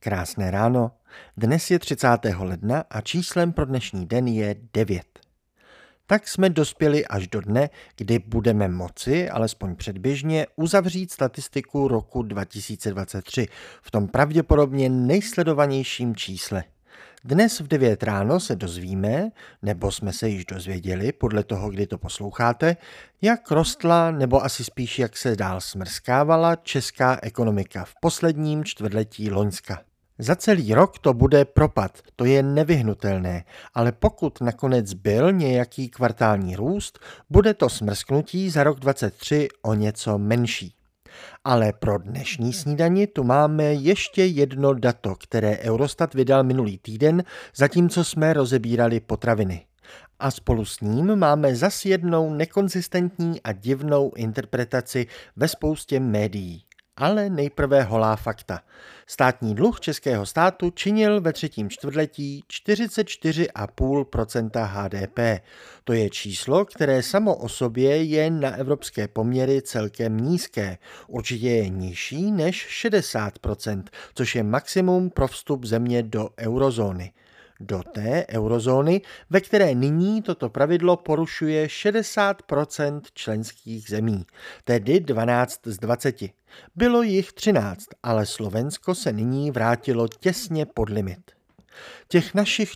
Krásné ráno. Dnes je 30. ledna a číslem pro dnešní den je 9. Tak jsme dospěli až do dne, kdy budeme moci, alespoň předběžně, uzavřít statistiku roku 2023 v tom pravděpodobně nejsledovanějším čísle. Dnes v 9 ráno se dozvíme, nebo jsme se již dozvěděli, podle toho, kdy to posloucháte, jak rostla, nebo asi spíš jak se dál smrskávala česká ekonomika v posledním čtvrtletí loňska. Za celý rok to bude propad, to je nevyhnutelné, ale pokud nakonec byl nějaký kvartální růst, bude to smrsknutí za rok 2023 o něco menší. Ale pro dnešní snídani tu máme ještě jedno dato, které Eurostat vydal minulý týden, zatímco jsme rozebírali potraviny. A spolu s ním máme zas jednou nekonzistentní a divnou interpretaci ve spoustě médií. Ale nejprve holá fakta. Státní dluh českého státu činil ve třetím čtvrtletí 44,5% HDP. To je číslo, které samo o sobě je na evropské poměry celkem nízké. Určitě je nižší než 60%, což je maximum pro vstup země do eurozóny. Do té eurozóny, ve které nyní toto pravidlo porušuje 60% členských zemí, tedy 12 z 20. Bylo jich 13, ale Slovensko se nyní vrátilo těsně pod limit. Těch našich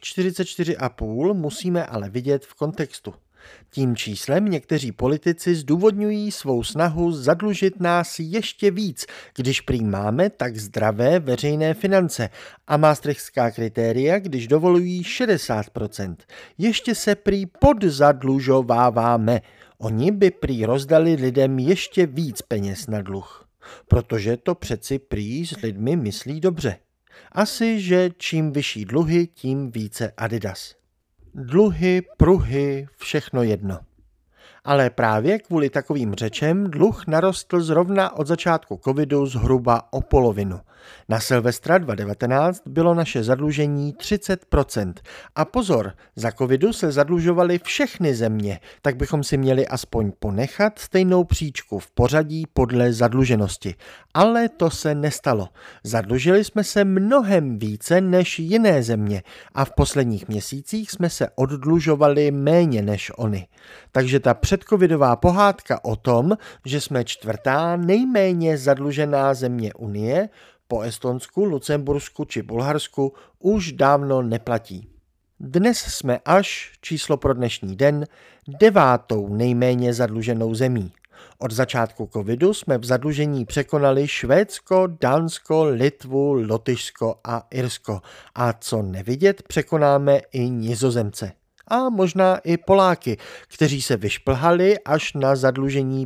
44,5 musíme ale vidět v kontextu. Tím číslem někteří politici zdůvodňují svou snahu zadlužit nás ještě víc, když prý máme tak zdravé veřejné finance a maastrichtská kritéria, když dovolují 60%. Ještě se prý podzadlužováváme. Oni by prý rozdali lidem ještě víc peněz na dluh. Protože to přeci prý s lidmi myslí dobře. Asi, že čím vyšší dluhy, tím více Adidas. Dluhy, pruhy, všechno jedno. Ale právě kvůli takovým řečem dluh narostl zrovna od začátku covidu zhruba o polovinu. Na Silvestra 2019 bylo naše zadlužení 30%. A pozor, za covidu se zadlužovaly všechny země, tak bychom si měli aspoň ponechat stejnou příčku v pořadí podle zadluženosti. Ale to se nestalo. Zadlužili jsme se mnohem více než jiné země a v posledních měsících jsme se oddlužovali méně než oni. Takže ta předcovidová pohádka o tom, že jsme čtvrtá nejméně zadlužená země Unie, po Estonsku, Lucembursku či Bulharsku už dávno neplatí. Dnes jsme až, číslo pro dnešní den, 9. nejméně zadluženou zemí. Od začátku covidu jsme v zadlužení překonali Švédsko, Dánsko, Litvu, Lotyšsko a Irsko. A co nevidět, překonáme i Nizozemce. A možná i Poláky, kteří se vyšplhali až na zadlužení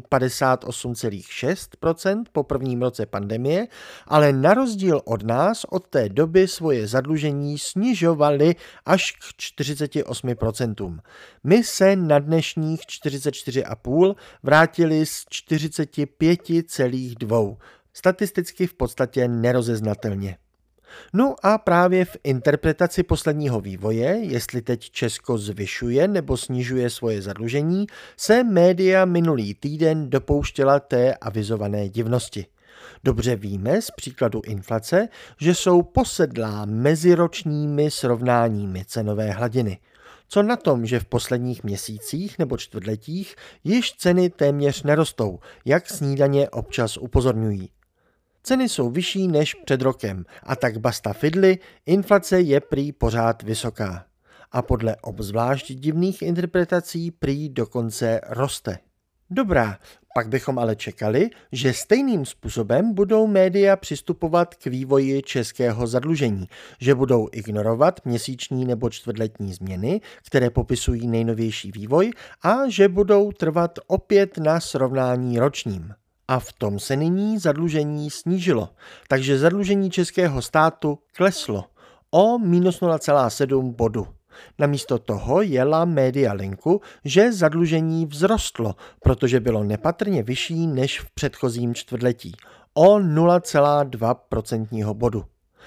58,6% po prvním roce pandemie, ale na rozdíl od nás od té doby svoje zadlužení snižovali až k 48%. My se na dnešních 44,5 vrátili z 45,2. Statisticky v podstatě nerozeznatelně. No a právě v interpretaci posledního vývoje, jestli teď Česko zvyšuje nebo snižuje svoje zadlužení, se média minulý týden dopouštěla té avizované divnosti. Dobře víme z příkladu inflace, že jsou posedlá meziročními srovnáními cenové hladiny. Co na tom, že v posledních měsících nebo čtvrtletích již ceny téměř nerostou, jak snídaně občas upozorňují. Ceny jsou vyšší než před rokem a tak basta fidly, inflace je prý pořád vysoká. A podle obzvlášť divných interpretací prý dokonce roste. Dobrá, pak bychom ale čekali, že stejným způsobem budou média přistupovat k vývoji českého zadlužení, že budou ignorovat měsíční nebo čtvrtletní změny, které popisují nejnovější vývoj a že budou trvat opět na srovnání ročním. A v tom se nyní zadlužení snížilo, takže zadlužení českého státu kleslo o minus 0,7 bodu. Namísto toho jela média linku, že zadlužení vzrostlo, protože bylo nepatrně vyšší než v předchozím čtvrtletí, o 0,2% bodu.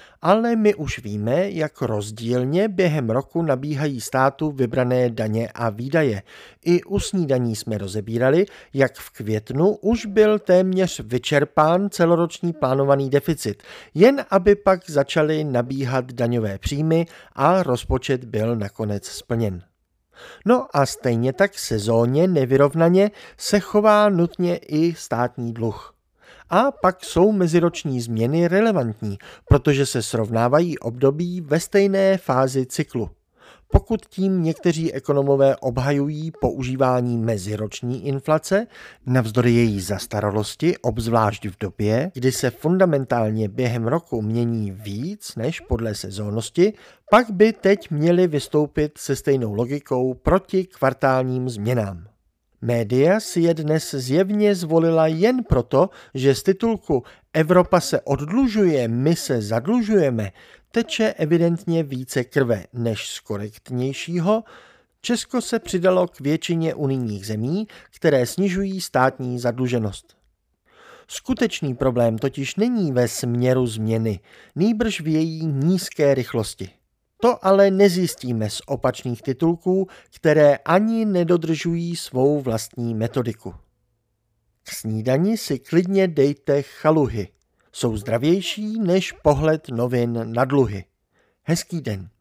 ale my už víme, jak rozdílně během roku nabíhají státu vybrané daně a výdaje. I u snídaní jsme rozebírali, jak v květnu už byl téměř vyčerpán celoroční plánovaný deficit, jen aby pak začaly nabíhat daňové příjmy a rozpočet byl nakonec splněn. No a stejně tak sezónně nevyrovnaně se chová nutně i státní dluh. A pak jsou meziroční změny relevantní, protože se srovnávají období ve stejné fázi cyklu. Pokud tím někteří ekonomové obhajují používání meziroční inflace, navzdory její zastaralosti, obzvlášť v době, kdy se fundamentálně během roku mění víc než podle sezónnosti, pak by teď měli vystoupit se stejnou logikou proti kvartálním změnám. Média si je dnes zjevně zvolila jen proto, že z titulku Evropa se oddlužuje, my se zadlužujeme, teče evidentně více krve než z korektnějšího. Česko se přidalo k většině unijních zemí, které snižují státní zadluženost. Skutečný problém totiž není ve směru změny, nýbrž v její nízké rychlosti. To ale nezjistíme z opačných titulků, které ani nedodržují svou vlastní metodiku. K snídani si klidně dejte chaluhy. Jsou zdravější než pohled novin na dluhy. Hezký den.